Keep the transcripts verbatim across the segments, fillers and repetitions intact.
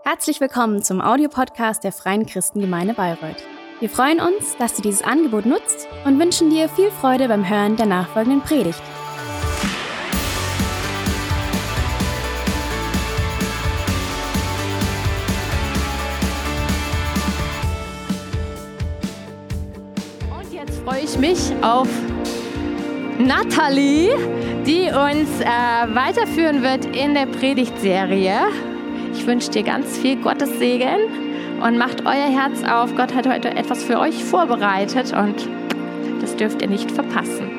Herzlich willkommen zum Audiopodcast der Freien Christengemeinde Bayreuth. Wir freuen uns, dass du dieses Angebot nutzt und wünschen dir viel Freude beim Hören der nachfolgenden Predigt. Und jetzt freue ich mich auf Nathalie, die uns äh, weiterführen wird in der Predigtserie. Ich wünsche dir ganz viel Gottes Segen und macht euer Herz auf. Gott hat heute etwas für euch vorbereitet und das dürft ihr nicht verpassen.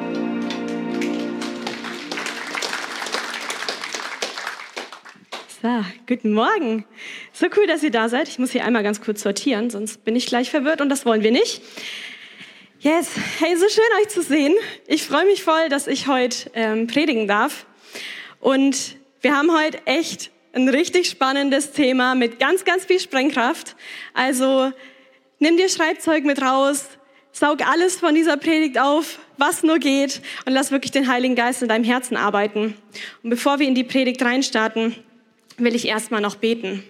So, guten Morgen. So cool, dass ihr da seid. Ich muss hier einmal ganz kurz sortieren, sonst bin ich gleich verwirrt und das wollen wir nicht. Yes, hey, so schön euch zu sehen. Ich freue mich voll, dass ich heute ähm, predigen darf. Und wir haben heute echt ein richtig spannendes Thema mit ganz, ganz viel Sprengkraft. Also nimm dir Schreibzeug mit raus, saug alles von dieser Predigt auf, was nur geht und lass wirklich den Heiligen Geist in deinem Herzen arbeiten. Und bevor wir in die Predigt reinstarten, will ich erstmal noch beten.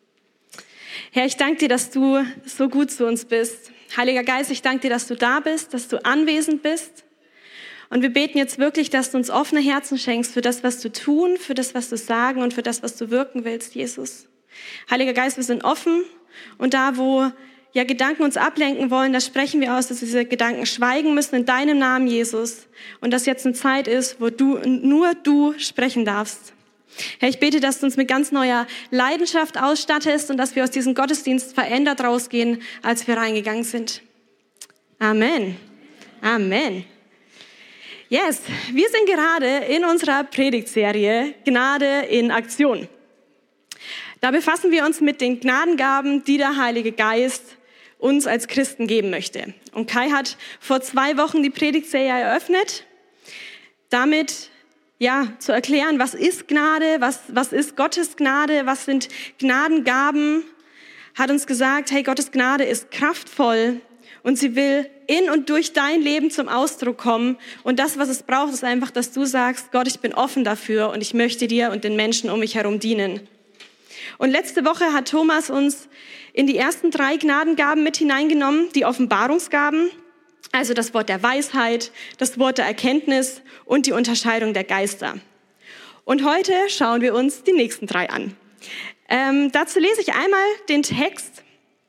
Herr, ich danke dir, dass du so gut zu uns bist. Heiliger Geist, ich danke dir, dass du da bist, dass du anwesend bist. Und wir beten jetzt wirklich, dass du uns offene Herzen schenkst für das, was du tun, für das, was du sagen und für das, was du wirken willst, Jesus. Heiliger Geist, wir sind offen und da, wo ja Gedanken uns ablenken wollen, da sprechen wir aus, dass diese Gedanken schweigen müssen in deinem Namen, Jesus. Und dass jetzt eine Zeit ist, wo du, nur du sprechen darfst. Herr, ich bete, dass du uns mit ganz neuer Leidenschaft ausstattest und dass wir aus diesem Gottesdienst verändert rausgehen, als wir reingegangen sind. Amen. Amen. Yes, wir sind gerade in unserer Predigtserie Gnade in Aktion. Da befassen wir uns mit den Gnadengaben, die der Heilige Geist uns als Christen geben möchte. Und Kai hat vor zwei Wochen die Predigtserie eröffnet, damit ja zu erklären, was ist Gnade, was, was ist Gottes Gnade, was sind Gnadengaben, hat uns gesagt, hey, Gottes Gnade ist kraftvoll und sie will in und durch dein Leben zum Ausdruck kommen. Und das, was es braucht, ist einfach, dass du sagst, Gott, ich bin offen dafür und ich möchte dir und den Menschen um mich herum dienen. Und letzte Woche hat Thomas uns in die ersten drei Gnadengaben mit hineingenommen, die Offenbarungsgaben, also das Wort der Weisheit, das Wort der Erkenntnis und die Unterscheidung der Geister. Und heute schauen wir uns die nächsten drei an. Ähm, dazu lese ich einmal den Text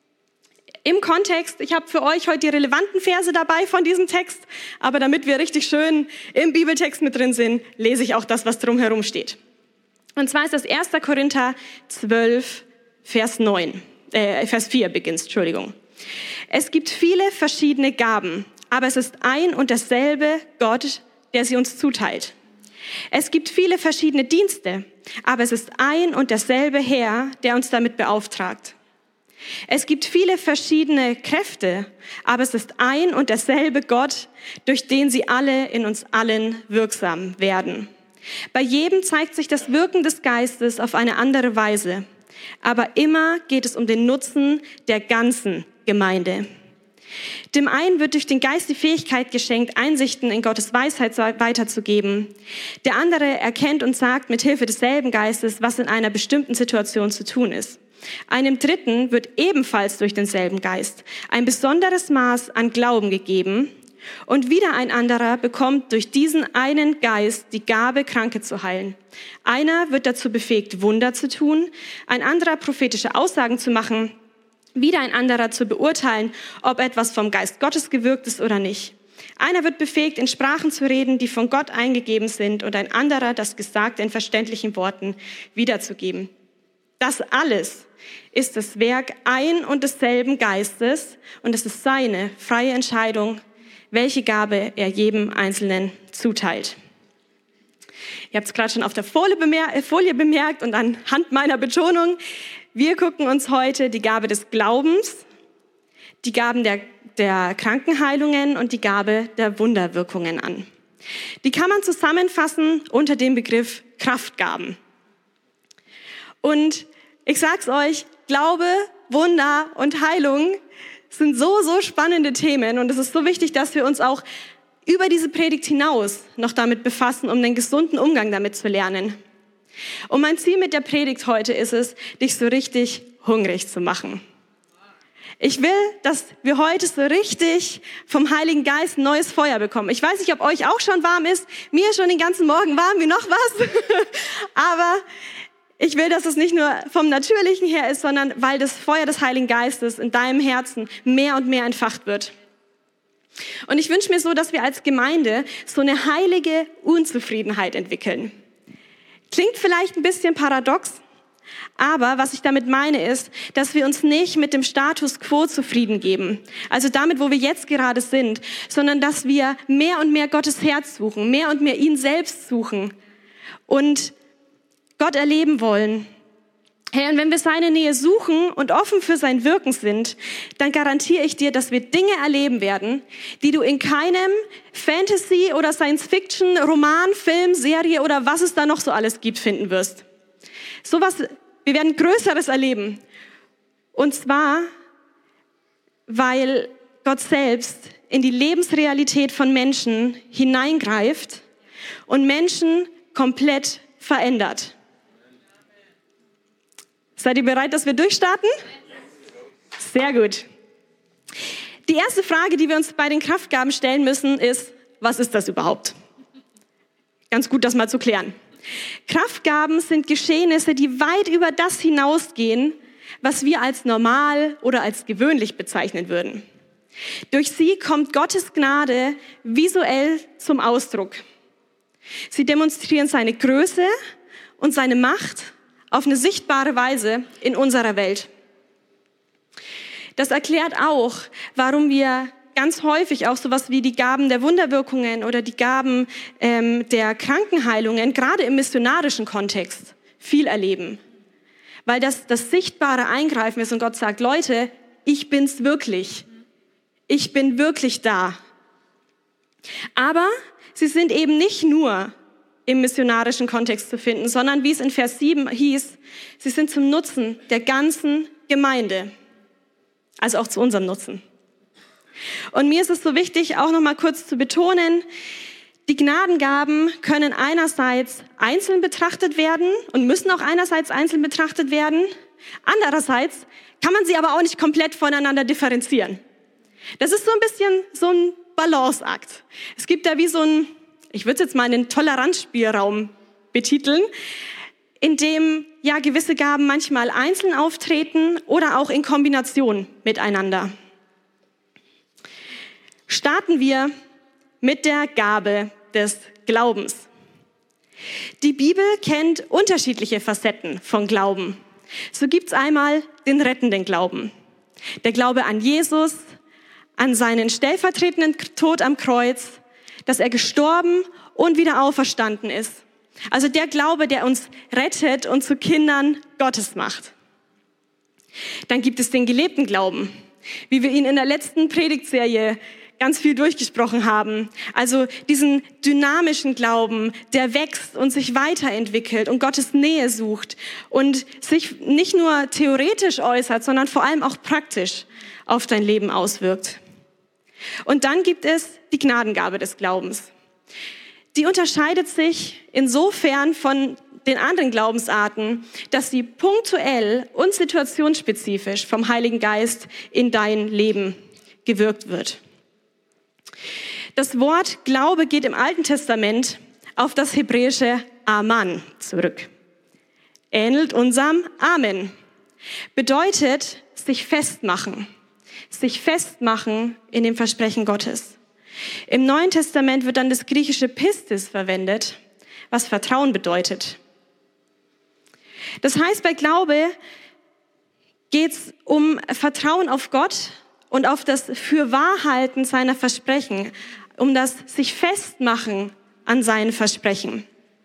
im Kontext. Ich habe für euch heute die relevanten Verse dabei von diesem Text, aber damit wir richtig schön im Bibeltext mit drin sind, lese ich auch das, was drumherum steht. Und zwar ist das erster Korinther zwölf, Vers neun, äh, Vers vier beginnt, Entschuldigung. Es gibt viele verschiedene Gaben, aber es ist ein und derselbe Gott, der sie uns zuteilt. Es gibt viele verschiedene Dienste, aber es ist ein und derselbe Herr, der uns damit beauftragt. Es gibt viele verschiedene Kräfte, aber es ist ein und derselbe Gott, durch den sie alle in uns allen wirksam werden. Bei jedem zeigt sich das Wirken des Geistes auf eine andere Weise, aber immer geht es um den Nutzen der ganzen Gemeinde. Dem einen wird durch den Geist die Fähigkeit geschenkt, Einsichten in Gottes Weisheit weiterzugeben. Der andere erkennt und sagt mit Hilfe desselben Geistes, was in einer bestimmten Situation zu tun ist. Einem Dritten wird ebenfalls durch denselben Geist ein besonderes Maß an Glauben gegeben und wieder ein anderer bekommt durch diesen einen Geist die Gabe, Kranke zu heilen. Einer wird dazu befähigt, Wunder zu tun, ein anderer prophetische Aussagen zu machen, wieder ein anderer zu beurteilen, ob etwas vom Geist Gottes gewirkt ist oder nicht. Einer wird befähigt, in Sprachen zu reden, die von Gott eingegeben sind, und ein anderer das Gesagte in verständlichen Worten wiederzugeben. Das alles ist das Werk ein und desselben Geistes und es ist seine freie Entscheidung, welche Gabe er jedem Einzelnen zuteilt. Ihr habt es gerade schon auf der Folie bemerkt, Folie bemerkt und anhand meiner Betonung. Wir gucken uns heute die Gabe des Glaubens, die Gaben der, der Krankenheilungen und die Gabe der Wunderwirkungen an. Die kann man zusammenfassen unter dem Begriff Kraftgaben. Und ich sag's euch, Glaube, Wunder und Heilung sind so, so spannende Themen und es ist so wichtig, dass wir uns auch über diese Predigt hinaus noch damit befassen, um den gesunden Umgang damit zu lernen. Und mein Ziel mit der Predigt heute ist es, dich so richtig hungrig zu machen. Ich will, dass wir heute so richtig vom Heiligen Geist ein neues Feuer bekommen. Ich weiß nicht, ob euch auch schon warm ist. Mir ist schon den ganzen Morgen warm, wie noch was. Aber ich will, dass es nicht nur vom Natürlichen her ist, sondern weil das Feuer des Heiligen Geistes in deinem Herzen mehr und mehr entfacht wird. Und ich wünsche mir so, dass wir als Gemeinde so eine heilige Unzufriedenheit entwickeln. Klingt vielleicht ein bisschen paradox, aber was ich damit meine ist, dass wir uns nicht mit dem Status quo zufrieden geben, also damit, wo wir jetzt gerade sind, sondern dass wir mehr und mehr Gottes Herz suchen, mehr und mehr ihn selbst suchen und Gott erleben wollen. Hey, und wenn wir seine Nähe suchen und offen für sein Wirken sind, dann garantiere ich dir, dass wir Dinge erleben werden, die du in keinem Fantasy- oder Science-Fiction, Roman, Film, Serie oder was es da noch so alles gibt, finden wirst. Sowas, wir werden Größeres erleben. Und zwar, weil Gott selbst in die Lebensrealität von Menschen hineingreift und Menschen komplett verändert. Seid ihr bereit, dass wir durchstarten? Sehr gut. Die erste Frage, die wir uns bei den Kraftgaben stellen müssen, ist, was ist das überhaupt? Ganz gut, das mal zu klären. Kraftgaben sind Geschehnisse, die weit über das hinausgehen, was wir als normal oder als gewöhnlich bezeichnen würden. Durch sie kommt Gottes Gnade visuell zum Ausdruck. Sie demonstrieren seine Größe und seine Macht auf eine sichtbare Weise in unserer Welt. Das erklärt auch, warum wir ganz häufig auch sowas wie die Gaben der Wunderwirkungen oder die Gaben ähm, der Krankenheilungen, gerade im missionarischen Kontext, viel erleben. Weil das das sichtbare Eingreifen ist und Gott sagt, Leute, ich bin's wirklich. Ich bin wirklich da. Aber sie sind eben nicht nur im missionarischen Kontext zu finden, sondern wie es in Vers sieben hieß, sie sind zum Nutzen der ganzen Gemeinde, also auch zu unserem Nutzen. Und mir ist es so wichtig, auch noch mal kurz zu betonen, die Gnadengaben können einerseits einzeln betrachtet werden und müssen auch einerseits einzeln betrachtet werden, andererseits kann man sie aber auch nicht komplett voneinander differenzieren. Das ist so ein bisschen so ein Balanceakt. Es gibt da wie so ein, ich würde es jetzt mal einen Toleranzspielraum betiteln, in dem ja gewisse Gaben manchmal einzeln auftreten oder auch in Kombination miteinander. Starten wir mit der Gabe des Glaubens. Die Bibel kennt unterschiedliche Facetten von Glauben. So gibt es einmal den rettenden Glauben. Der Glaube an Jesus, an seinen stellvertretenden Tod am Kreuz, dass er gestorben und wieder auferstanden ist. Also der Glaube, der uns rettet und zu Kindern Gottes macht. Dann gibt es den gelebten Glauben, wie wir ihn in der letzten Predigtserie ganz viel durchgesprochen haben. Also diesen dynamischen Glauben, der wächst und sich weiterentwickelt und Gottes Nähe sucht und sich nicht nur theoretisch äußert, sondern vor allem auch praktisch auf dein Leben auswirkt. Und dann gibt es die Gnadengabe des Glaubens. Die unterscheidet sich insofern von den anderen Glaubensarten, dass sie punktuell und situationsspezifisch vom Heiligen Geist in dein Leben gewirkt wird. Das Wort Glaube geht im Alten Testament auf das hebräische Aman zurück. Ähnelt unserem Amen. Bedeutet sich festmachen. Sich festmachen in dem Versprechen Gottes. Im Neuen Testament wird dann das griechische Pistis verwendet, was Vertrauen bedeutet. Das heißt, bei Glaube geht es um Vertrauen auf Gott und auf das Fürwahrhalten seiner Versprechen, um das sich festmachen an seinen Versprechen.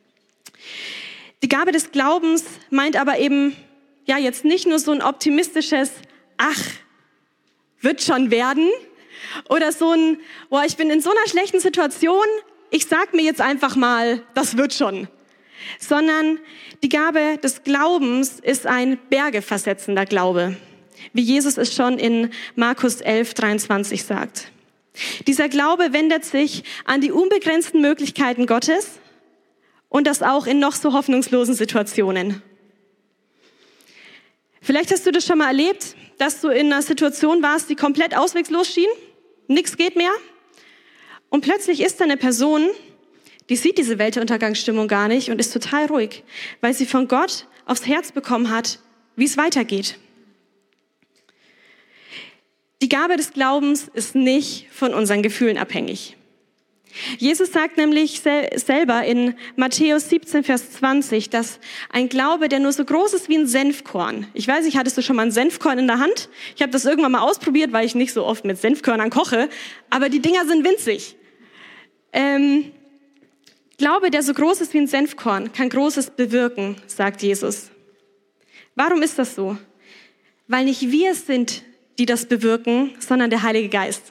Die Gabe des Glaubens meint aber eben ja jetzt nicht nur so ein optimistisches Ach, wird schon werden oder so ein, boah, ich bin in so einer schlechten Situation, ich sag mir jetzt einfach mal, das wird schon. Sondern die Gabe des Glaubens ist ein bergeversetzender Glaube, wie Jesus es schon in Markus elf, dreiundzwanzig sagt. Dieser Glaube wendet sich an die unbegrenzten Möglichkeiten Gottes Und das auch in noch so hoffnungslosen Situationen. Vielleicht hast du das schon mal erlebt, dass du in einer Situation warst, die komplett auswegslos schien. Nichts geht mehr. Und plötzlich ist da eine Person, die sieht diese Weltuntergangsstimmung gar nicht und ist total ruhig, weil sie von Gott aufs Herz bekommen hat, wie es weitergeht. Die Gabe des Glaubens ist nicht von unseren Gefühlen abhängig. Jesus sagt nämlich sel- selber in Matthäus siebzehn, Vers zwanzig, dass ein Glaube, der nur so groß ist wie ein Senfkorn. Ich weiß nicht, hattest du schon mal ein Senfkorn in der Hand? Ich habe das irgendwann mal ausprobiert, weil ich nicht so oft mit Senfkörnern koche. Aber die Dinger sind winzig. Ähm, Glaube, der so groß ist wie ein Senfkorn, kann Großes bewirken, sagt Jesus. Warum ist das so? Weil nicht wir es sind, die das bewirken, sondern der Heilige Geist.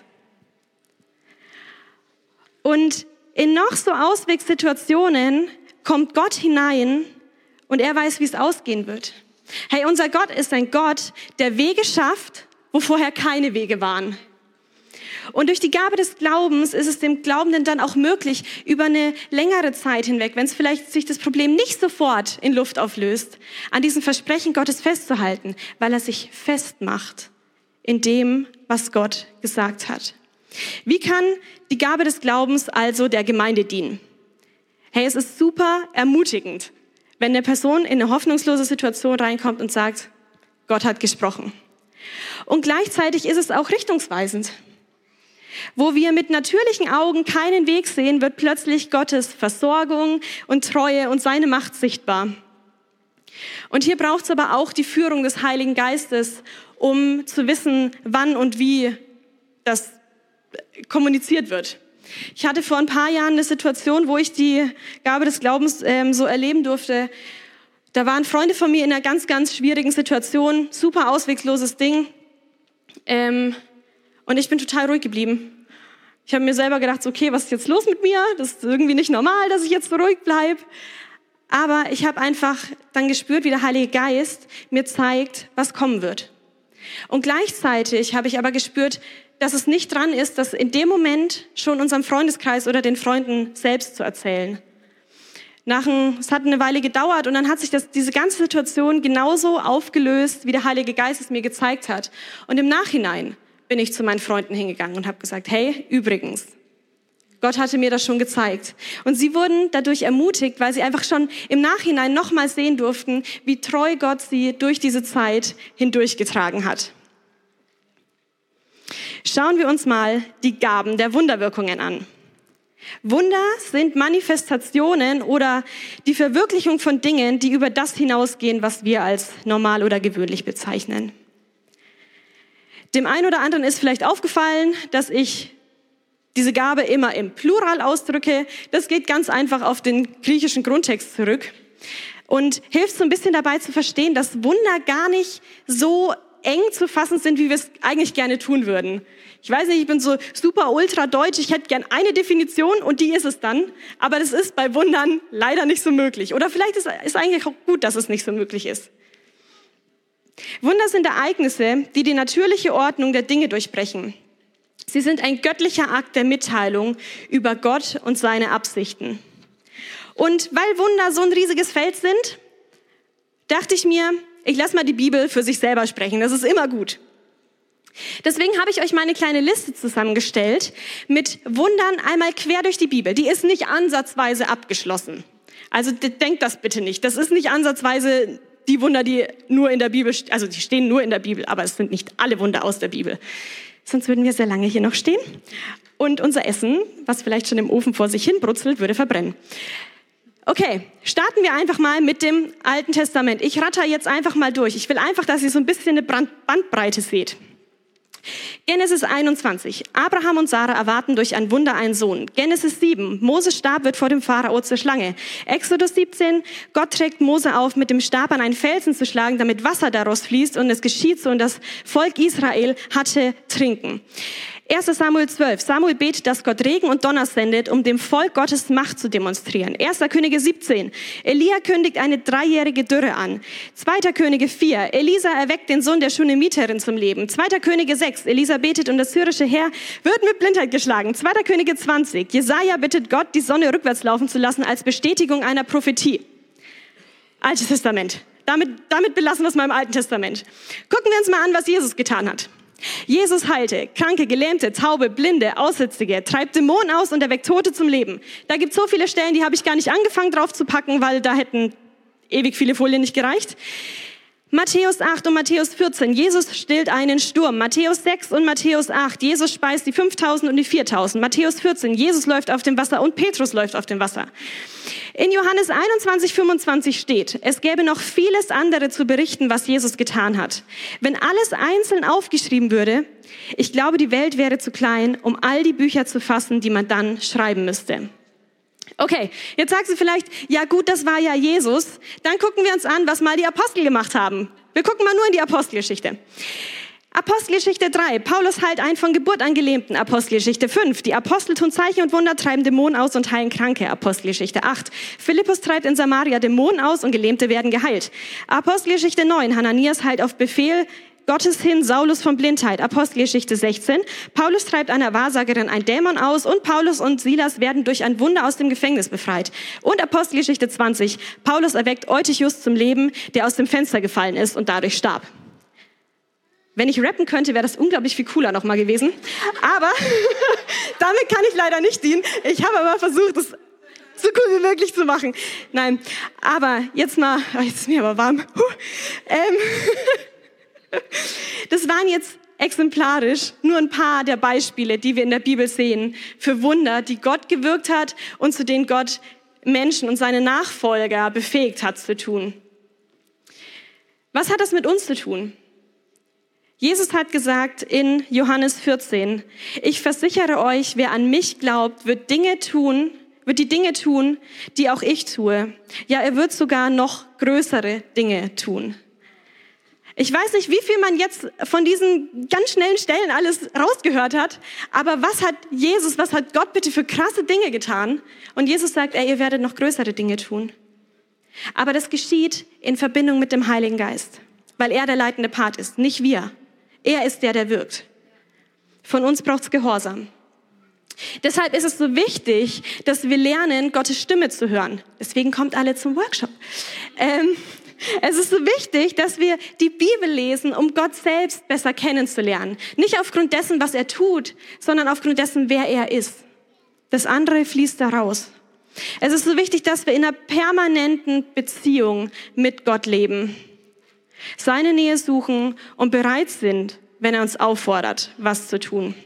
Und in noch so Auswegssituationen kommt Gott hinein und er weiß, wie es ausgehen wird. Hey, unser Gott ist ein Gott, der Wege schafft, wo vorher keine Wege waren. Und durch die Gabe des Glaubens ist es dem Glaubenden dann auch möglich, über eine längere Zeit hinweg, wenn es vielleicht sich das Problem nicht sofort in Luft auflöst, an diesem Versprechen Gottes festzuhalten, weil er sich festmacht in dem, was Gott gesagt hat. Wie kann die Gabe des Glaubens also der Gemeinde dienen? Hey, es ist super ermutigend, wenn eine Person in eine hoffnungslose Situation reinkommt und sagt, Gott hat gesprochen. Und gleichzeitig ist es auch richtungsweisend. Wo wir mit natürlichen Augen keinen Weg sehen, wird plötzlich Gottes Versorgung und Treue und seine Macht sichtbar. Und hier braucht es aber auch die Führung des Heiligen Geistes, um zu wissen, wann und wie das kommuniziert wird. Ich hatte vor ein paar Jahren eine Situation, wo ich die Gabe des Glaubens ähm, so erleben durfte. Da waren Freunde von mir in einer ganz, ganz schwierigen Situation, super auswegsloses Ding. Ähm, und ich bin total ruhig geblieben. Ich habe mir selber gedacht, so, okay, was ist jetzt los mit mir? Das ist irgendwie nicht normal, dass ich jetzt so ruhig bleibe. Aber ich habe einfach dann gespürt, wie der Heilige Geist mir zeigt, was kommen wird. Und gleichzeitig habe ich aber gespürt, dass es nicht dran ist, das in dem Moment schon unserem Freundeskreis oder den Freunden selbst zu erzählen. Nach ein, es hat eine Weile gedauert und dann hat sich das, diese ganze Situation genauso aufgelöst, wie der Heilige Geist es mir gezeigt hat. Und im Nachhinein bin ich zu meinen Freunden hingegangen und habe gesagt, hey, übrigens, Gott hatte mir das schon gezeigt. Und sie wurden dadurch ermutigt, weil sie einfach schon im Nachhinein nochmal sehen durften, wie treu Gott sie durch diese Zeit hindurchgetragen hat. Schauen wir uns mal die Gaben der Wunderwirkungen an. Wunder sind Manifestationen oder die Verwirklichung von Dingen, die über das hinausgehen, was wir als normal oder gewöhnlich bezeichnen. Dem einen oder anderen ist vielleicht aufgefallen, dass ich diese Gabe immer im Plural ausdrücke. Das geht ganz einfach auf den griechischen Grundtext zurück und hilft so ein bisschen dabei zu verstehen, dass Wunder gar nicht so eng zu fassen sind, wie wir es eigentlich gerne tun würden. Ich weiß nicht, ich bin so super ultra deutsch, ich hätte gern eine Definition und die ist es dann, aber das ist bei Wundern leider nicht so möglich. Oder vielleicht ist es eigentlich auch gut, dass es nicht so möglich ist. Wunder sind Ereignisse, die die natürliche Ordnung der Dinge durchbrechen. Sie sind ein göttlicher Akt der Mitteilung über Gott und seine Absichten. Und weil Wunder so ein riesiges Feld sind, dachte ich mir, ich lasse mal die Bibel für sich selber sprechen. Das ist immer gut. Deswegen habe ich euch mal eine kleine Liste zusammengestellt mit Wundern einmal quer durch die Bibel. Die ist nicht ansatzweise abgeschlossen. Also denkt das bitte nicht. Das ist nicht ansatzweise die Wunder, die nur in der Bibel, also die stehen nur in der Bibel, aber es sind nicht alle Wunder aus der Bibel. Sonst würden wir sehr lange hier noch stehen. Und unser Essen, was vielleicht schon im Ofen vor sich hin brutzelt, würde verbrennen. Okay, starten wir einfach mal mit dem Alten Testament. Ich ratter jetzt einfach mal durch. Ich will einfach, dass ihr so ein bisschen eine Bandbreite seht. Genesis einundzwanzig. Abraham und Sarah erwarten durch ein Wunder einen Sohn. Genesis sieben. Moses Stab wird vor dem Pharao zur Schlange. Exodus siebzehn. Gott trägt Mose auf, mit dem Stab an einen Felsen zu schlagen, damit Wasser daraus fließt. Und es geschieht so und das Volk Israel hatte Trinken. erster Samuel zwölf. Samuel betet, dass Gott Regen und Donner sendet, um dem Volk Gottes Macht zu demonstrieren. erster Könige siebzehn. Elia kündigt eine dreijährige Dürre an. zweiter Könige vier. Elisa erweckt den Sohn der Schunemiterin zum Leben. zweiter Könige sechs. Elisa betet und das syrische Heer wird mit Blindheit geschlagen. zweiter Könige zwanzig. Jesaja bittet Gott, die Sonne rückwärts laufen zu lassen als Bestätigung einer Prophetie. Altes Testament. Damit, damit belassen wir es mal im Alten Testament. Gucken wir uns mal an, was Jesus getan hat. Jesus heilte Kranke, Gelähmte, Taube, Blinde, Aussätzige, treibt Dämonen aus und erweckt Tote zum Leben. Da gibt es so viele Stellen, die habe ich gar nicht angefangen drauf zu packen, weil da hätten ewig viele Folien nicht gereicht. Matthäus acht und Matthäus vierzehn, Jesus stillt einen Sturm. Matthäus sechs und Matthäus acht, Jesus speist die fünftausend und die viertausend. Matthäus vierzehn, Jesus läuft auf dem Wasser und Petrus läuft auf dem Wasser. In Johannes einundzwanzig, fünfundzwanzig steht, es gäbe noch vieles andere zu berichten, was Jesus getan hat. Wenn alles einzeln aufgeschrieben würde, ich glaube, die Welt wäre zu klein, um all die Bücher zu fassen, die man dann schreiben müsste. Okay, jetzt sagst du vielleicht, ja gut, das war ja Jesus. Dann gucken wir uns an, was mal die Apostel gemacht haben. Wir gucken mal nur in die Apostelgeschichte. Apostelgeschichte drei, Paulus heilt einen von Geburt an Gelähmten. Apostelgeschichte fünf, die Apostel tun Zeichen und Wunder, treiben Dämonen aus und heilen Kranke. Apostelgeschichte acht, Philippus treibt in Samaria Dämonen aus und Gelähmte werden geheilt. Apostelgeschichte neun, Hananias heilt auf Befehl Gottes hin Saulus von Blindheit. Apostelgeschichte sechzehn, Paulus treibt einer Wahrsagerin ein Dämon aus und Paulus und Silas werden durch ein Wunder aus dem Gefängnis befreit. Und Apostelgeschichte zwanzig, Paulus erweckt Eutychus zum Leben, der aus dem Fenster gefallen ist und dadurch starb. Wenn ich rappen könnte, wäre das unglaublich viel cooler nochmal gewesen. Aber damit kann ich leider nicht dienen. Ich habe aber versucht, das so cool wie möglich zu machen. Nein, aber jetzt mal, oh, jetzt ist mir aber warm. Huh. Ähm, das waren jetzt exemplarisch nur ein paar der Beispiele, die wir in der Bibel sehen, für Wunder, die Gott gewirkt hat und zu denen Gott Menschen und seine Nachfolger befähigt hat zu tun. Was hat das mit uns zu tun? Jesus hat gesagt in Johannes vierzehn, ich versichere euch, wer an mich glaubt, wird Dinge tun, wird die Dinge tun, die auch ich tue. Ja, er wird sogar noch größere Dinge tun. Ich weiß nicht, wie viel man jetzt von diesen ganz schnellen Stellen alles rausgehört hat, aber was hat Jesus, was hat Gott bitte für krasse Dinge getan? Und Jesus sagt, ey, ihr werdet noch größere Dinge tun. Aber das geschieht in Verbindung mit dem Heiligen Geist, weil er der leitende Part ist, nicht wir. Er ist der, der wirkt. Von uns braucht es Gehorsam. Deshalb ist es so wichtig, dass wir lernen, Gottes Stimme zu hören. Deswegen kommt alle zum Workshop. Ähm, es ist so wichtig, dass wir die Bibel lesen, um Gott selbst besser kennenzulernen. Nicht aufgrund dessen, was er tut, sondern aufgrund dessen, wer er ist. Das andere fließt da raus. Es ist so wichtig, dass wir in einer permanenten Beziehung mit Gott leben. Seine Nähe suchen und bereit sind, wenn er uns auffordert, was zu tun.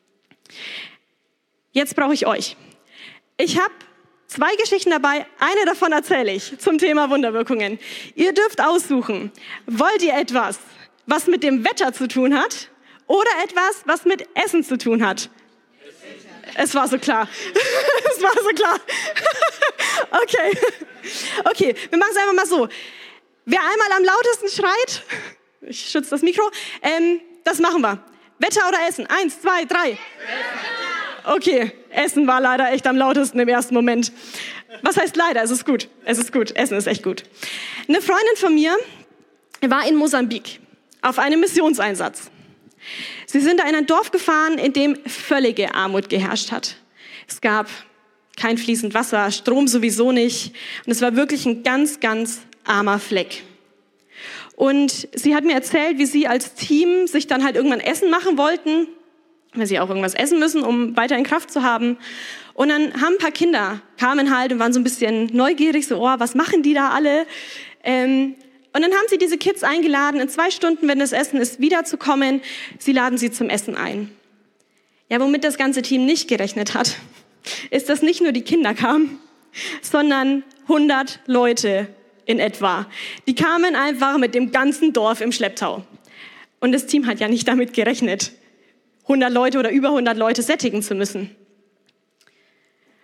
Jetzt brauche ich euch. Ich habe zwei Geschichten dabei, eine davon erzähle ich zum Thema Wunderwirkungen. Ihr dürft aussuchen, wollt ihr etwas, was mit dem Wetter zu tun hat oder etwas, was mit Essen zu tun hat? Es war so klar. Es war so klar. Okay. Okay, wir machen es einfach mal so. Wer einmal am lautesten schreit, ich schütze das Mikro, ähm, das machen wir. Wetter oder Essen? Eins, zwei, drei. Okay, Essen war leider echt am lautesten im ersten Moment. Was heißt leider? Es ist gut. Es ist gut. Essen ist echt gut. Eine Freundin von mir war in Mosambik auf einem Missionseinsatz. Sie sind da in ein Dorf gefahren, in dem völlige Armut geherrscht hat. Es gab kein fließend Wasser, Strom sowieso nicht. Und es war wirklich ein ganz, ganz armer Fleck. Und sie hat mir erzählt, wie sie als Team sich dann halt irgendwann Essen machen wollten, weil sie auch irgendwas essen müssen, um weiterhin Kraft zu haben. Und dann haben ein paar Kinder, kamen halt und waren so ein bisschen neugierig, so, oh, was machen die da alle? Ähm, und dann haben sie diese Kids eingeladen, in zwei Stunden, wenn das Essen ist, wiederzukommen. Sie laden sie zum Essen ein. Ja, womit das ganze Team nicht gerechnet hat, ist, dass nicht nur die Kinder kamen, sondern hundert Leute in etwa. Die kamen einfach mit dem ganzen Dorf im Schlepptau. Und das Team hat ja nicht damit gerechnet, hundert Leute oder über hundert Leute sättigen zu müssen.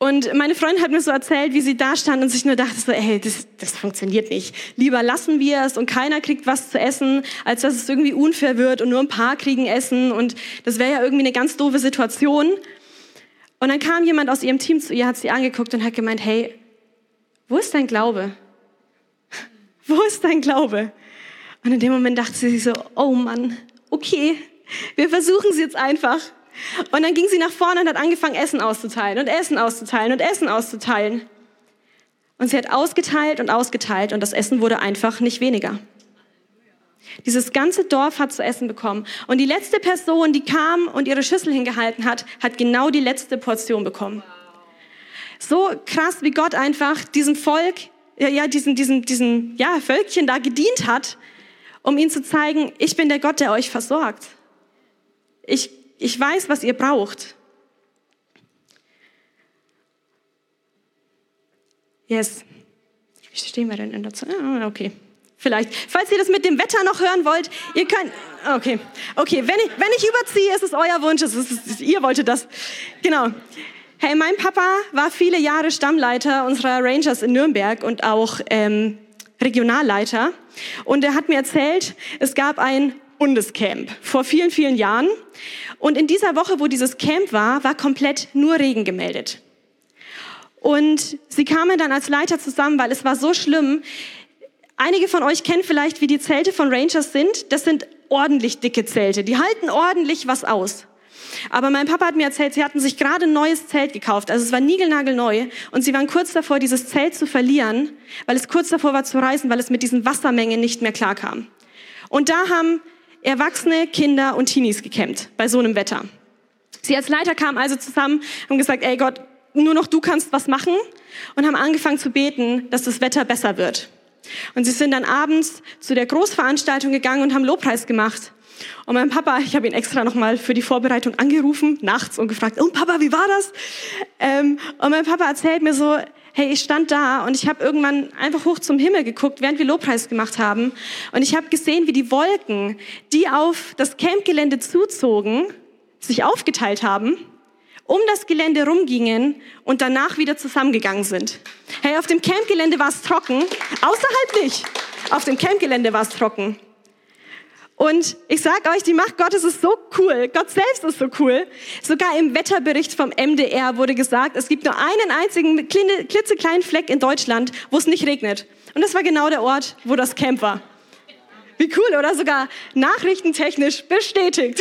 Und meine Freundin hat mir so erzählt, wie sie da stand und sich nur dachte, so, ey, das, das funktioniert nicht. Lieber lassen wir es und keiner kriegt was zu essen, als dass es irgendwie unfair wird und nur ein paar kriegen Essen. Und das wäre ja irgendwie eine ganz doofe Situation. Und dann kam jemand aus ihrem Team zu ihr, hat sie angeguckt und hat gemeint, hey, wo ist dein Glaube? Wo ist dein Glaube? Und in dem Moment dachte sie sich so, oh Mann, okay, wir versuchen es jetzt einfach. Und dann ging sie nach vorne und hat angefangen, Essen auszuteilen und Essen auszuteilen und Essen auszuteilen. Und sie hat ausgeteilt und ausgeteilt und das Essen wurde einfach nicht weniger. Dieses ganze Dorf hat zu essen bekommen. Und die letzte Person, die kam und ihre Schüssel hingehalten hat, hat genau die letzte Portion bekommen. So krass, wie Gott einfach diesem Volk, ja, diesen, diesen, diesen, ja, Völkchen da gedient hat, um ihnen zu zeigen, ich bin der Gott, der euch versorgt. Ich Ich weiß, was ihr braucht. Yes. Wie stehen wir denn in der Zeit? Ah, okay. Vielleicht. Falls ihr das mit dem Wetter noch hören wollt, ihr könnt... Okay. Okay, wenn ich, wenn ich überziehe, ist es euer Wunsch. Es ist, es ist, ihr wolltet das. Genau. Hey, mein Papa war viele Jahre Stammleiter unserer Rangers in Nürnberg und auch ähm, Regionalleiter. Und er hat mir erzählt, es gab ein Bundescamp vor vielen, vielen Jahren. Und in dieser Woche, wo dieses Camp war, war komplett nur Regen gemeldet. Und sie kamen dann als Leiter zusammen, weil es war so schlimm. Einige von euch kennen vielleicht, wie die Zelte von Rangers sind. Das sind ordentlich dicke Zelte. Die halten ordentlich was aus. Aber mein Papa hat mir erzählt, sie hatten sich gerade ein neues Zelt gekauft. Also es war niegelnagelneu. Und sie waren kurz davor, dieses Zelt zu verlieren, weil es kurz davor war zu reißen, weil es mit diesen Wassermengen nicht mehr klarkam. Und da haben Erwachsene, Kinder und Teenies gecampt bei so einem Wetter. Sie als Leiter kamen also zusammen, haben gesagt, ey Gott, nur noch du kannst was machen und haben angefangen zu beten, dass das Wetter besser wird. Und sie sind dann abends zu der Großveranstaltung gegangen und haben Lobpreis gemacht. Und mein Papa, ich habe ihn extra nochmal für die Vorbereitung angerufen, nachts und gefragt, oh Papa, wie war das? Ähm, und mein Papa erzählt mir so, hey, ich stand da und ich habe irgendwann einfach hoch zum Himmel geguckt, während wir Lobpreis gemacht haben. Und ich habe gesehen, wie die Wolken, die auf das Campgelände zuzogen, sich aufgeteilt haben, um das Gelände rumgingen und danach wieder zusammengegangen sind. Hey, auf dem Campgelände war es trocken, außerhalb nicht. Auf dem Campgelände war es trocken. Und ich sag euch, die Macht Gottes ist so cool. Gott selbst ist so cool. Sogar im Wetterbericht vom M D R wurde gesagt, es gibt nur einen einzigen klitzekleinen Fleck in Deutschland, wo es nicht regnet. Und das war genau der Ort, wo das Camp war. Wie cool, oder? Sogar nachrichtentechnisch bestätigt.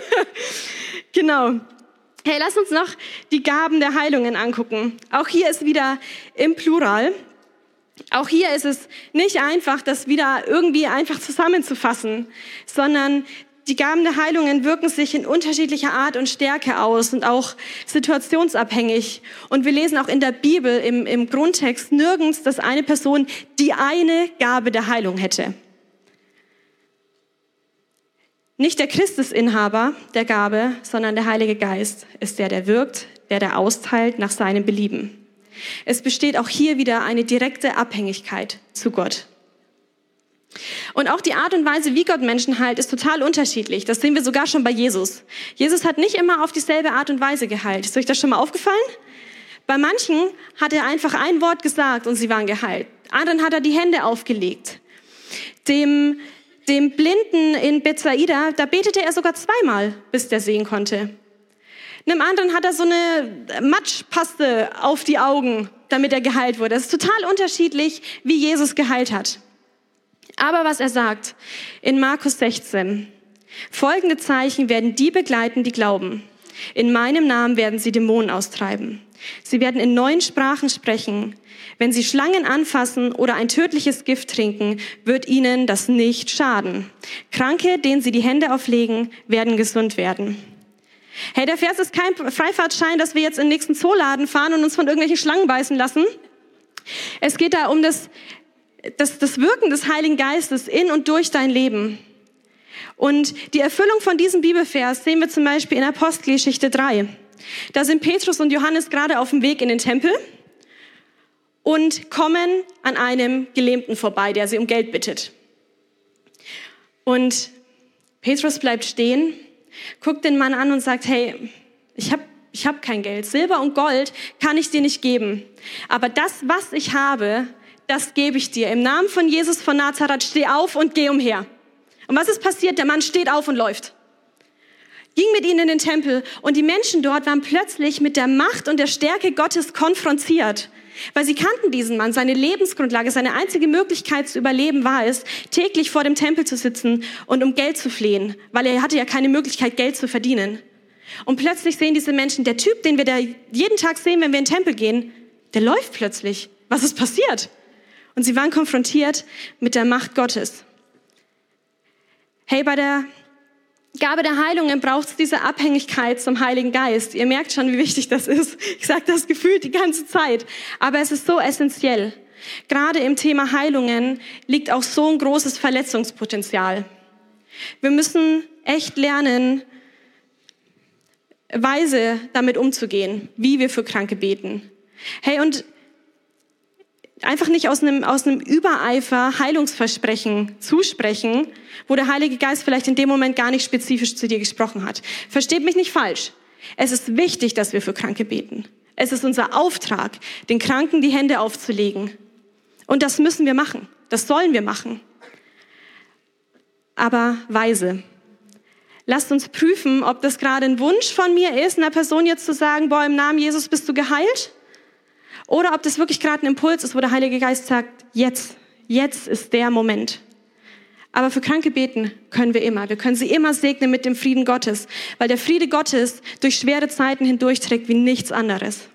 Genau. Hey, lass uns noch die Gaben der Heilungen angucken. Auch hier ist wieder im Plural. Auch hier ist es nicht einfach, das wieder irgendwie einfach zusammenzufassen, sondern die Gaben der Heilungen wirken sich in unterschiedlicher Art und Stärke aus und auch situationsabhängig. Und wir lesen auch in der Bibel im, im Grundtext nirgends, dass eine Person die eine Gabe der Heilung hätte. Nicht der Christusinhaber der Gabe, sondern der Heilige Geist ist der, der wirkt, der, der austeilt nach seinem Belieben. Es besteht auch hier wieder eine direkte Abhängigkeit zu Gott. Und auch die Art und Weise, wie Gott Menschen heilt, ist total unterschiedlich. Das sehen wir sogar schon bei Jesus. Jesus hat nicht immer auf dieselbe Art und Weise geheilt. Ist euch das schon mal aufgefallen? Bei manchen hat er einfach ein Wort gesagt und sie waren geheilt. Anderen hat er die Hände aufgelegt. Dem, dem Blinden in Bethsaida, da betete er sogar zweimal, bis der sehen konnte. Einem anderen hat er so eine Matschpaste auf die Augen, damit er geheilt wurde. Es ist total unterschiedlich, wie Jesus geheilt hat. Aber was er sagt in Markus sechzehn, folgende Zeichen werden die begleiten, die glauben. In meinem Namen werden sie Dämonen austreiben. Sie werden in neuen Sprachen sprechen. Wenn sie Schlangen anfassen oder ein tödliches Gift trinken, wird ihnen das nicht schaden. Kranke, denen sie die Hände auflegen, werden gesund werden. Hey, der Vers ist kein Freifahrtschein, dass wir jetzt in den nächsten Zooladen fahren und uns von irgendwelchen Schlangen beißen lassen. Es geht da um das, das, das Wirken des Heiligen Geistes in und durch dein Leben. Und die Erfüllung von diesem Bibelvers sehen wir zum Beispiel in Apostelgeschichte drei. Da sind Petrus und Johannes gerade auf dem Weg in den Tempel und kommen an einem Gelähmten vorbei, der sie um Geld bittet. Und Petrus bleibt stehen, guckt den Mann an und sagt, hey, ich habe Ich habe kein Geld. Silber und Gold kann ich dir nicht geben. Aber das, was ich habe, das gebe ich dir. Im Namen von Jesus von Nazareth, steh auf und geh umher. Und was ist passiert? Der Mann steht auf und läuft. Ging mit ihnen in den Tempel und die Menschen dort waren plötzlich mit der Macht und der Stärke Gottes konfrontiert. Weil sie kannten diesen Mann, seine Lebensgrundlage, seine einzige Möglichkeit zu überleben war es, täglich vor dem Tempel zu sitzen und um Geld zu flehen, weil er hatte ja keine Möglichkeit, Geld zu verdienen. Und plötzlich sehen diese Menschen, der Typ, den wir da jeden Tag sehen, wenn wir in den Tempel gehen, der läuft plötzlich. Was ist passiert? Und sie waren konfrontiert mit der Macht Gottes. Hey, bei der Gabe der Heilungen braucht es diese Abhängigkeit zum Heiligen Geist. Ihr merkt schon, wie wichtig das ist. Ich sage das gefühlt die ganze Zeit. Aber es ist so essentiell. Gerade im Thema Heilungen liegt auch so ein großes Verletzungspotenzial. Wir müssen echt lernen, weise damit umzugehen, wie wir für Kranke beten. Hey, und einfach nicht aus einem, aus einem Übereifer Heilungsversprechen zusprechen, wo der Heilige Geist vielleicht in dem Moment gar nicht spezifisch zu dir gesprochen hat. Versteht mich nicht falsch. Es ist wichtig, dass wir für Kranke beten. Es ist unser Auftrag, den Kranken die Hände aufzulegen. Und das müssen wir machen. Das sollen wir machen. Aber weise. Lasst uns prüfen, ob das gerade ein Wunsch von mir ist, einer Person jetzt zu sagen, boah, im Namen Jesus bist du geheilt. Oder ob das wirklich gerade ein Impuls ist, wo der Heilige Geist sagt, jetzt, jetzt ist der Moment. Aber für Kranke beten können wir immer. Wir können sie immer segnen mit dem Frieden Gottes, weil der Friede Gottes durch schwere Zeiten hindurchträgt wie nichts anderes.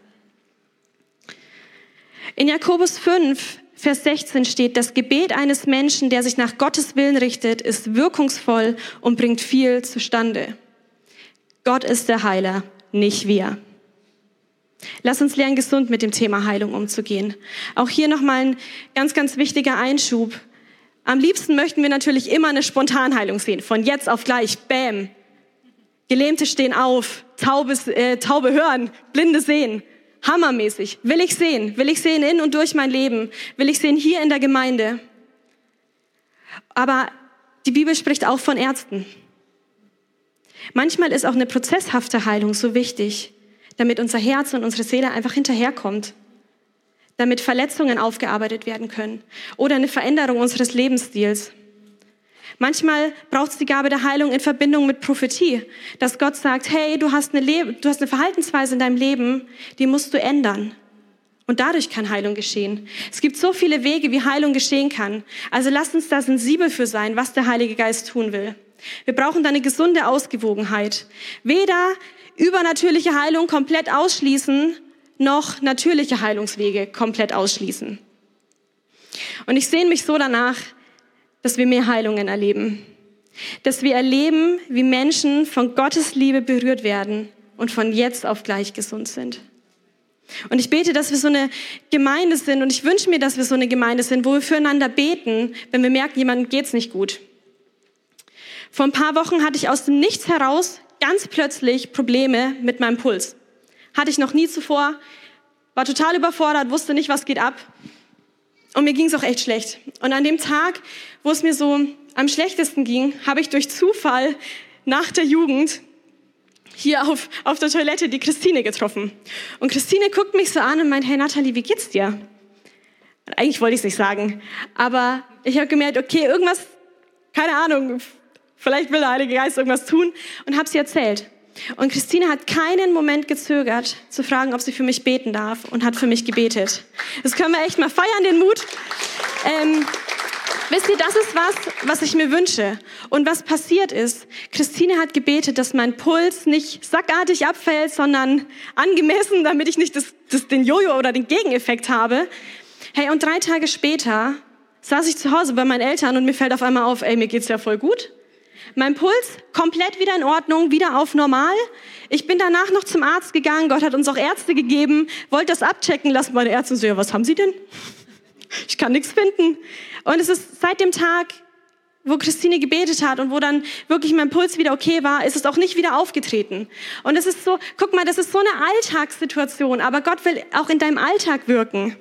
In Jakobus fünf, Vers sechzehn steht, das Gebet eines Menschen, der sich nach Gottes Willen richtet, ist wirkungsvoll und bringt viel zustande. Gott ist der Heiler, nicht wir. Lass uns lernen, gesund mit dem Thema Heilung umzugehen. Auch hier nochmal ein ganz, ganz wichtiger Einschub. Am liebsten möchten wir natürlich immer eine Spontanheilung sehen. Von jetzt auf gleich, bam. Gelähmte stehen auf, Taube, äh, Taube hören, Blinde sehen. Hammermäßig. Will ich sehen. Will ich sehen in und durch mein Leben. Will ich sehen hier in der Gemeinde. Aber die Bibel spricht auch von Ärzten. Manchmal ist auch eine prozesshafte Heilung so wichtig, damit unser Herz und unsere Seele einfach hinterherkommt. Damit Verletzungen aufgearbeitet werden können. Oder eine Veränderung unseres Lebensstils. Manchmal braucht es die Gabe der Heilung in Verbindung mit Prophetie. Dass Gott sagt, hey, du hast eine, Le- du hast eine Verhaltensweise in deinem Leben, die musst du ändern. Und dadurch kann Heilung geschehen. Es gibt so viele Wege, wie Heilung geschehen kann. Also lasst uns da sensibel für sein, was der Heilige Geist tun will. Wir brauchen da eine gesunde Ausgewogenheit. Weder übernatürliche Heilung komplett ausschließen, noch natürliche Heilungswege komplett ausschließen. Und ich sehne mich so danach, dass wir mehr Heilungen erleben. Dass wir erleben, wie Menschen von Gottes Liebe berührt werden und von jetzt auf gleich gesund sind. Und ich bete, dass wir so eine Gemeinde sind und ich wünsche mir, dass wir so eine Gemeinde sind, wo wir füreinander beten, wenn wir merken, jemandem geht's nicht gut. Vor ein paar Wochen hatte ich aus dem Nichts heraus ganz plötzlich Probleme mit meinem Puls. Hatte ich noch nie zuvor, war total überfordert, wusste nicht, was geht ab. Und mir ging es auch echt schlecht. Und an dem Tag, wo es mir so am schlechtesten ging, habe ich durch Zufall nach der Jugend hier auf, auf der Toilette die Christine getroffen. Und Christine guckt mich so an und meint, hey Nathalie, wie geht's dir? Und eigentlich wollte ich es nicht sagen, aber ich habe gemerkt, okay, irgendwas, keine Ahnung, vielleicht will der Heilige Geist irgendwas tun und habe sie erzählt. Und Christine hat keinen Moment gezögert, zu fragen, ob sie für mich beten darf und hat für mich gebetet. Das können wir echt mal feiern, den Mut. Ähm, wisst ihr, das ist was, was ich mir wünsche. Und was passiert ist, Christine hat gebetet, dass mein Puls nicht sackartig abfällt, sondern angemessen, damit ich nicht das, das, den Jojo oder den Gegeneffekt habe. Hey, und drei Tage später saß ich zu Hause bei meinen Eltern und mir fällt auf einmal auf, ey, mir geht's ja voll gut. Mein Puls komplett wieder in Ordnung, wieder auf normal. Ich bin danach noch zum Arzt gegangen. Gott hat uns auch Ärzte gegeben, wollte das abchecken lassen. Meine Ärzte so, ja, was haben Sie denn? Ich kann nichts finden. Und es ist seit dem Tag, wo Christine gebetet hat und wo dann wirklich mein Puls wieder okay war, ist es auch nicht wieder aufgetreten. Und es ist so, guck mal, das ist so eine Alltagssituation, aber Gott will auch in deinem Alltag wirken.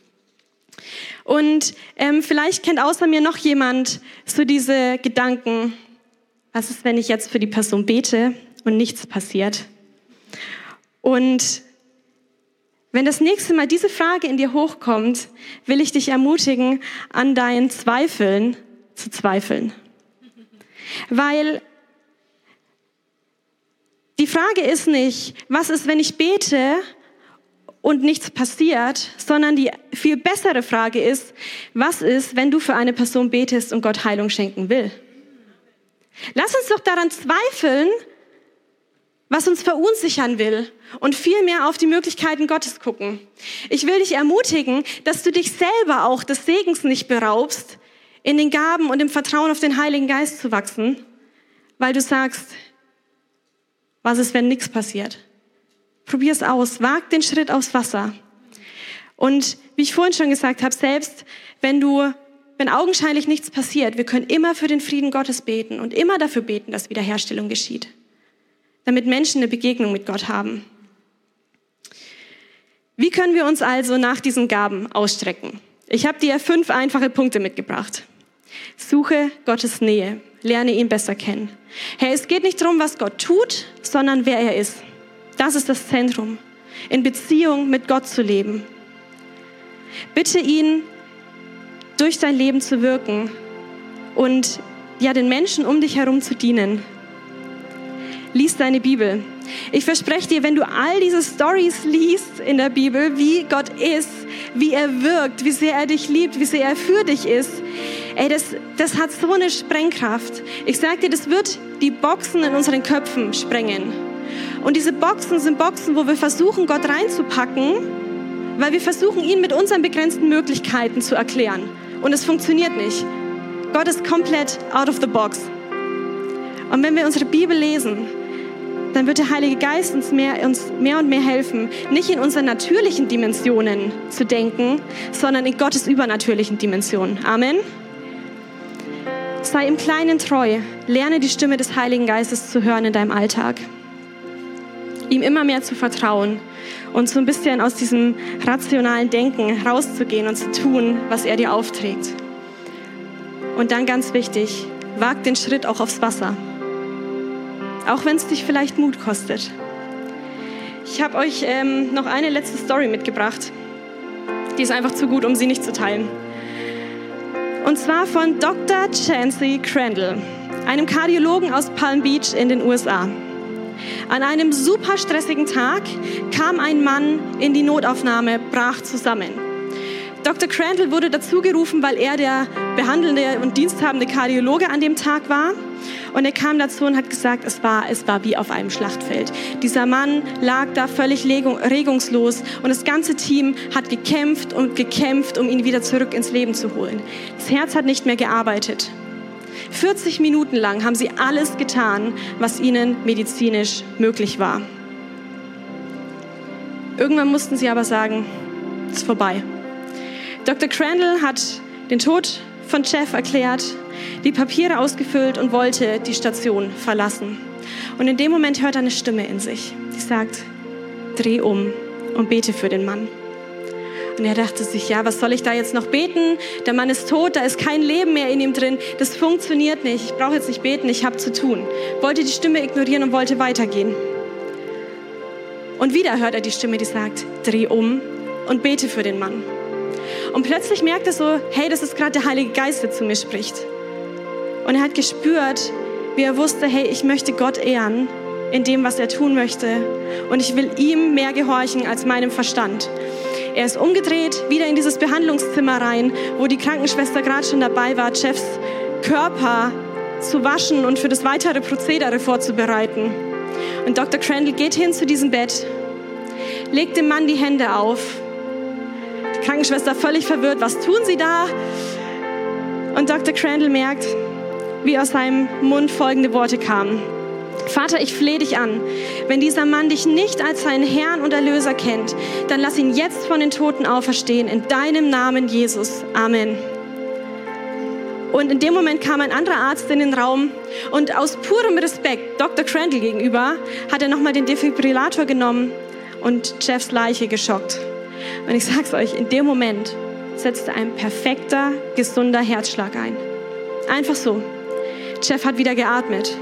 Und ähm, vielleicht kennt außer mir noch jemand so diese Gedanken. Was ist, wenn ich jetzt für die Person bete und nichts passiert? Und wenn das nächste Mal diese Frage in dir hochkommt, will ich dich ermutigen, an deinen Zweifeln zu zweifeln. Weil die Frage ist nicht, was ist, wenn ich bete und nichts passiert, sondern die viel bessere Frage ist, was ist, wenn du für eine Person betest und Gott Heilung schenken will? Lass uns doch daran zweifeln, was uns verunsichern will und viel mehr auf die Möglichkeiten Gottes gucken. Ich will dich ermutigen, dass du dich selber auch des Segens nicht beraubst, in den Gaben und im Vertrauen auf den Heiligen Geist zu wachsen, weil du sagst, was ist, wenn nichts passiert? Probier es aus, wag den Schritt aufs Wasser. Und wie ich vorhin schon gesagt habe, selbst wenn du, wenn augenscheinlich nichts passiert, wir können immer für den Frieden Gottes beten und immer dafür beten, dass Wiederherstellung geschieht, damit Menschen eine Begegnung mit Gott haben. Wie können wir uns also nach diesen Gaben ausstrecken? Ich habe dir fünf einfache Punkte mitgebracht. Suche Gottes Nähe, lerne ihn besser kennen. Hey, es geht nicht darum, was Gott tut, sondern wer er ist. Das ist das Zentrum, in Beziehung mit Gott zu leben. Bitte ihn, durch dein Leben zu wirken und ja, den Menschen um dich herum zu dienen. Lies deine Bibel. Ich verspreche dir, wenn du all diese Storys liest in der Bibel, wie Gott ist, wie er wirkt, wie sehr er dich liebt, wie sehr er für dich ist, ey, das, das hat so eine Sprengkraft. Ich sage dir, das wird die Boxen in unseren Köpfen sprengen. Und diese Boxen sind Boxen, wo wir versuchen, Gott reinzupacken, weil wir versuchen, ihn mit unseren begrenzten Möglichkeiten zu erklären. Und es funktioniert nicht. Gott ist komplett out of the box. Und wenn wir unsere Bibel lesen, dann wird der Heilige Geist uns mehr, uns mehr und mehr helfen, nicht in unseren natürlichen Dimensionen zu denken, sondern in Gottes übernatürlichen Dimensionen. Amen. Sei im Kleinen treu. Lerne die Stimme des Heiligen Geistes zu hören in deinem Alltag. Ihm immer mehr zu vertrauen und so ein bisschen aus diesem rationalen Denken rauszugehen und zu tun, was er dir aufträgt. Und dann ganz wichtig, wag den Schritt auch aufs Wasser. Auch wenn es dich vielleicht Mut kostet. Ich habe euch ähm, noch eine letzte Story mitgebracht. Die ist einfach zu gut, um sie nicht zu teilen. Und zwar von Doktor Chancey Crandall, einem Kardiologen aus Palm Beach in den U S A. An einem super stressigen Tag kam ein Mann in die Notaufnahme, brach zusammen. Doktor Crandall wurde dazu gerufen, weil er der behandelnde und diensthabende Kardiologe an dem Tag war. Und er kam dazu und hat gesagt, es war, es war wie auf einem Schlachtfeld. Dieser Mann lag da völlig regungslos und das ganze Team hat gekämpft und gekämpft, um ihn wieder zurück ins Leben zu holen. Das Herz hat nicht mehr gearbeitet. vierzig Minuten lang haben sie alles getan, was ihnen medizinisch möglich war. Irgendwann mussten sie aber sagen, es ist vorbei. Doktor Crandall hat den Tod von Jeff erklärt, die Papiere ausgefüllt und wollte die Station verlassen. Und in dem Moment hört er eine Stimme in sich, die sagt, dreh um und bete für den Mann. Und er dachte sich, ja, was soll ich da jetzt noch beten? Der Mann ist tot, da ist kein Leben mehr in ihm drin. Das funktioniert nicht. Ich brauche jetzt nicht beten, ich habe zu tun. Wollte die Stimme ignorieren und wollte weitergehen. Und wieder hört er die Stimme, die sagt, dreh um und bete für den Mann. Und plötzlich merkt er so, hey, das ist gerade der Heilige Geist, der zu mir spricht. Und er hat gespürt, wie er wusste, hey, ich möchte Gott ehren in dem, was er tun möchte. Und ich will ihm mehr gehorchen als meinem Verstand. Er ist umgedreht, wieder in dieses Behandlungszimmer rein, wo die Krankenschwester gerade schon dabei war, Jeffs Körper zu waschen und für das weitere Prozedere vorzubereiten. Und Doktor Crandall geht hin zu diesem Bett, legt dem Mann die Hände auf. Die Krankenschwester völlig verwirrt, was tun Sie da? Und Doktor Crandall merkt, wie aus seinem Mund folgende Worte kamen. Vater, ich flehe dich an, wenn dieser Mann dich nicht als seinen Herrn und Erlöser kennt, dann lass ihn jetzt von den Toten auferstehen, in deinem Namen, Jesus. Amen. Und in dem Moment kam ein anderer Arzt in den Raum und aus purem Respekt Doktor Crandall gegenüber hat er nochmal den Defibrillator genommen und Jeffs Leiche geschockt. Und ich sag's euch, in dem Moment setzte ein perfekter, gesunder Herzschlag ein. Einfach so. Jeff hat wieder geatmet.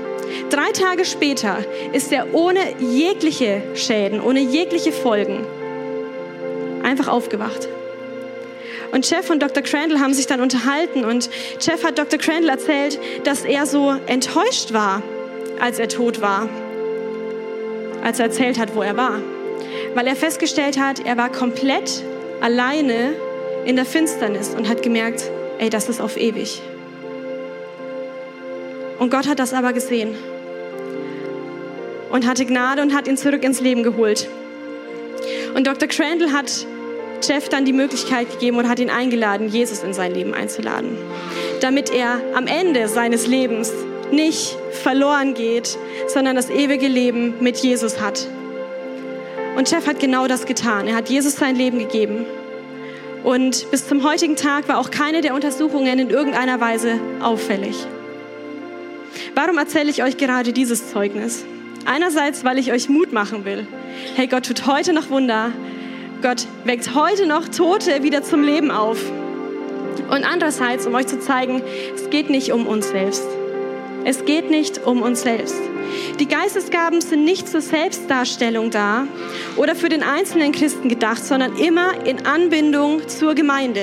Drei Tage später ist er ohne jegliche Schäden, ohne jegliche Folgen einfach aufgewacht. Und Jeff und Doktor Crandall haben sich dann unterhalten und Jeff hat Doktor Crandall erzählt, dass er so enttäuscht war, als er tot war, als er erzählt hat, wo er war. Weil er festgestellt hat, er war komplett alleine in der Finsternis und hat gemerkt, ey, das ist auf ewig. Und Gott hat das aber gesehen und hatte Gnade und hat ihn zurück ins Leben geholt. Und Doktor Crandall hat Jeff dann die Möglichkeit gegeben und hat ihn eingeladen, Jesus in sein Leben einzuladen, damit er am Ende seines Lebens nicht verloren geht, sondern das ewige Leben mit Jesus hat. Und Jeff hat genau das getan. Er hat Jesus sein Leben gegeben. Und bis zum heutigen Tag war auch keine der Untersuchungen in irgendeiner Weise auffällig. Warum erzähle ich euch gerade dieses Zeugnis? Einerseits, weil ich euch Mut machen will. Hey, Gott tut heute noch Wunder. Gott weckt heute noch Tote wieder zum Leben auf. Und andererseits, um euch zu zeigen, es geht nicht um uns selbst. Es geht nicht um uns selbst. Die Geistesgaben sind nicht zur Selbstdarstellung da oder für den einzelnen Christen gedacht, sondern immer in Anbindung zur Gemeinde.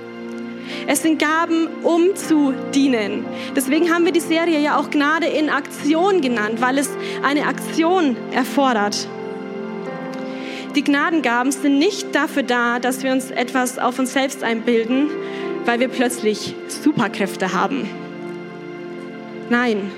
Es sind Gaben, um zu dienen. Deswegen haben wir die Serie ja auch Gnade in Aktion genannt, weil es eine Aktion erfordert. Die Gnadengaben sind nicht dafür da, dass wir uns etwas auf uns selbst einbilden, weil wir plötzlich Superkräfte haben. Nein,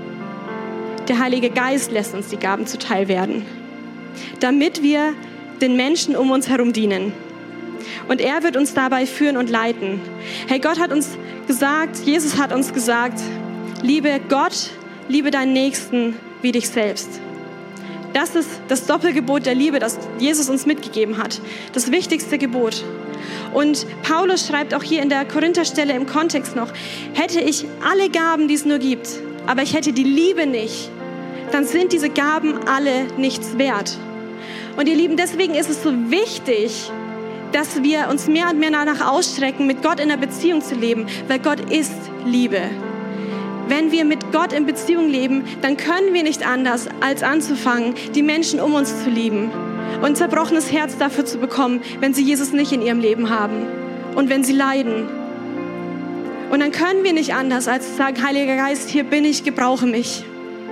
der Heilige Geist lässt uns die Gaben zuteil werden, damit wir den Menschen um uns herum dienen. Und er wird uns dabei führen und leiten. Hey, Gott hat uns gesagt, Jesus hat uns gesagt, liebe Gott, liebe deinen Nächsten wie dich selbst. Das ist das Doppelgebot der Liebe, das Jesus uns mitgegeben hat. Das wichtigste Gebot. Und Paulus schreibt auch hier in der Korintherstelle im Kontext noch, hätte ich alle Gaben, die es nur gibt, aber ich hätte die Liebe nicht, dann sind diese Gaben alle nichts wert. Und ihr Lieben, deswegen ist es so wichtig, dass wir uns mehr und mehr danach ausstrecken, mit Gott in einer Beziehung zu leben, weil Gott ist Liebe. Wenn wir mit Gott in Beziehung leben, dann können wir nicht anders, als anzufangen, die Menschen um uns zu lieben und ein zerbrochenes Herz dafür zu bekommen, wenn sie Jesus nicht in ihrem Leben haben und wenn sie leiden. Und dann können wir nicht anders, als zu sagen, Heiliger Geist, hier bin ich, gebrauche mich.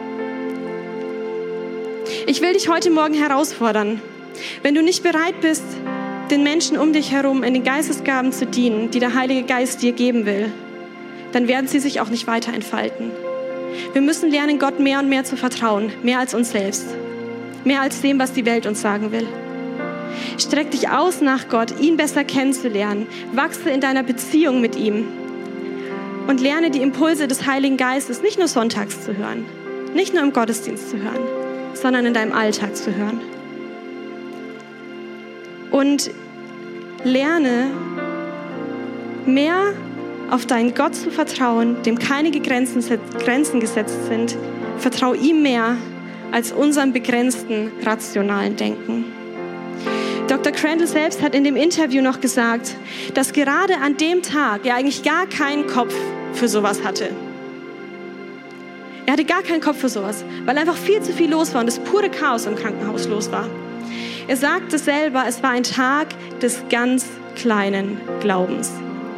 Ich will dich heute Morgen herausfordern, wenn du nicht bereit bist, den Menschen um dich herum in den Geistesgaben zu dienen, die der Heilige Geist dir geben will, dann werden sie sich auch nicht weiter entfalten. Wir müssen lernen, Gott mehr und mehr zu vertrauen, mehr als uns selbst, mehr als dem, was die Welt uns sagen will. Streck dich aus nach Gott, ihn besser kennenzulernen, wachse in deiner Beziehung mit ihm und lerne die Impulse des Heiligen Geistes nicht nur sonntags zu hören, nicht nur im Gottesdienst zu hören, sondern in deinem Alltag zu hören. Und lerne mehr auf deinen Gott zu vertrauen, dem keine Grenzen, Grenzen gesetzt sind. Vertrau ihm mehr als unserem begrenzten, rationalen Denken. Doktor Crandall selbst hat in dem Interview noch gesagt, dass gerade an dem Tag er eigentlich gar keinen Kopf für sowas hatte. Er hatte gar keinen Kopf für sowas, weil einfach viel zu viel los war und das pure Chaos im Krankenhaus los war. Er sagte selber, es war ein Tag des ganz kleinen Glaubens.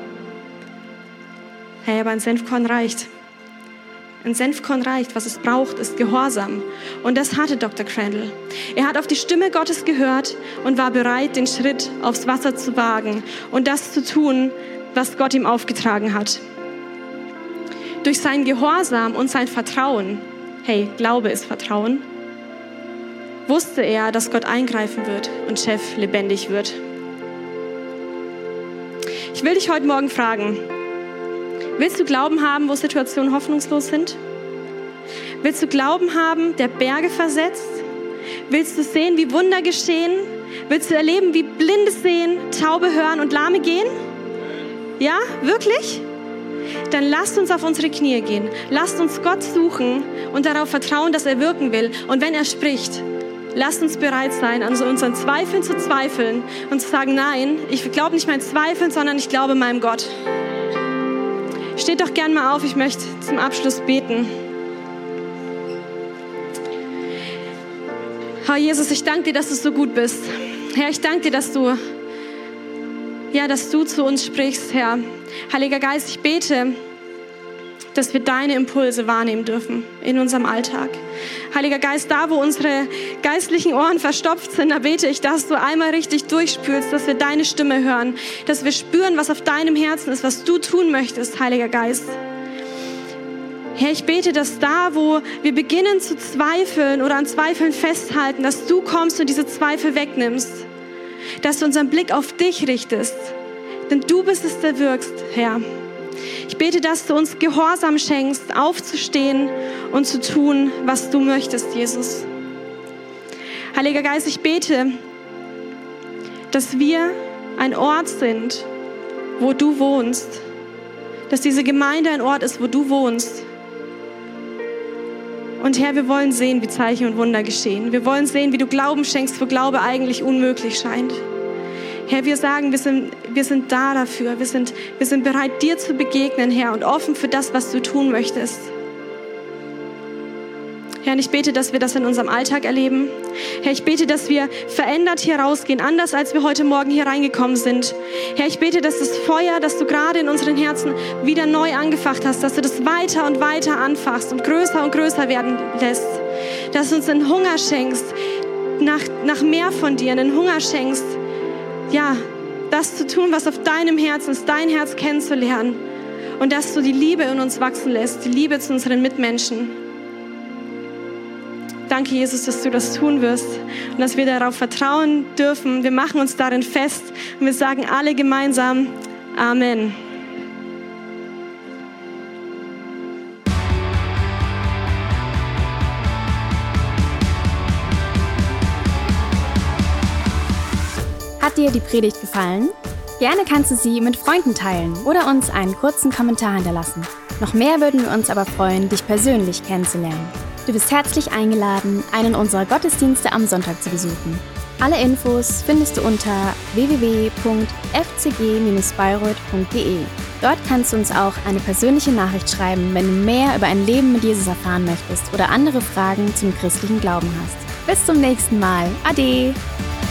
Hey, aber ein Senfkorn reicht. Ein Senfkorn reicht. Was es braucht, ist Gehorsam. Und das hatte Doktor Crandall. Er hat auf die Stimme Gottes gehört und war bereit, den Schritt aufs Wasser zu wagen und das zu tun, was Gott ihm aufgetragen hat. Durch seinen Gehorsam und sein Vertrauen, hey, Glaube ist Vertrauen, wusste er, dass Gott eingreifen wird und Jeff lebendig wird. Ich will dich heute Morgen fragen, willst du Glauben haben, wo Situationen hoffnungslos sind? Willst du Glauben haben, der Berge versetzt? Willst du sehen, wie Wunder geschehen? Willst du erleben, wie Blinde sehen, Taube hören und Lahme gehen? Ja, wirklich? Dann lasst uns auf unsere Knie gehen. Lasst uns Gott suchen und darauf vertrauen, dass er wirken will. Und wenn er spricht, lasst uns bereit sein, an unseren Zweifeln zu zweifeln und zu sagen, nein, ich glaube nicht meinen Zweifeln, sondern ich glaube meinem Gott. Steht doch gern mal auf, ich möchte zum Abschluss beten. Herr Jesus, ich danke dir, dass du so gut bist. Herr, ich danke dir, dass du, ja, dass du zu uns sprichst, Herr. Heiliger Geist, ich bete, dass wir deine Impulse wahrnehmen dürfen in unserem Alltag. Heiliger Geist, da wo unsere geistlichen Ohren verstopft sind, da bete ich, dass du einmal richtig durchspülst, dass wir deine Stimme hören, dass wir spüren, was auf deinem Herzen ist, was du tun möchtest, Heiliger Geist. Herr, ich bete, dass da, wo wir beginnen zu zweifeln oder an Zweifeln festhalten, dass du kommst und diese Zweifel wegnimmst, dass du unseren Blick auf dich richtest, denn du bist es, der wirkst, Herr. Ich bete, dass du uns Gehorsam schenkst, aufzustehen und zu tun, was du möchtest, Jesus. Heiliger Geist, ich bete, dass wir ein Ort sind, wo du wohnst. Dass diese Gemeinde ein Ort ist, wo du wohnst. Und Herr, wir wollen sehen, wie Zeichen und Wunder geschehen. Wir wollen sehen, wie du Glauben schenkst, wo Glaube eigentlich unmöglich scheint. Herr, wir sagen, wir sind, wir sind da dafür. Wir sind, wir sind bereit, dir zu begegnen, Herr, und offen für das, was du tun möchtest. Herr, und ich bete, dass wir das in unserem Alltag erleben. Herr, ich bete, dass wir verändert hier rausgehen, anders als wir heute Morgen hier reingekommen sind. Herr, ich bete, dass das Feuer, das du gerade in unseren Herzen wieder neu angefacht hast, dass du das weiter und weiter anfachst und größer und größer werden lässt. Dass du uns einen Hunger schenkst, nach, nach mehr von dir, einen Hunger schenkst, ja, das zu tun, was auf deinem Herzen ist, dein Herz kennenzulernen. Und dass du die Liebe in uns wachsen lässt, die Liebe zu unseren Mitmenschen. Danke, Jesus, dass du das tun wirst und dass wir darauf vertrauen dürfen. Wir machen uns darin fest und wir sagen alle gemeinsam Amen. Hat dir die Predigt gefallen? Gerne kannst du sie mit Freunden teilen oder uns einen kurzen Kommentar hinterlassen. Noch mehr würden wir uns aber freuen, dich persönlich kennenzulernen. Du bist herzlich eingeladen, einen unserer Gottesdienste am Sonntag zu besuchen. Alle Infos findest du unter w w w punkt f c g bindestrich bayreuth punkt d e. Dort kannst du uns auch eine persönliche Nachricht schreiben, wenn du mehr über ein Leben mit Jesus erfahren möchtest oder andere Fragen zum christlichen Glauben hast. Bis zum nächsten Mal. Ade!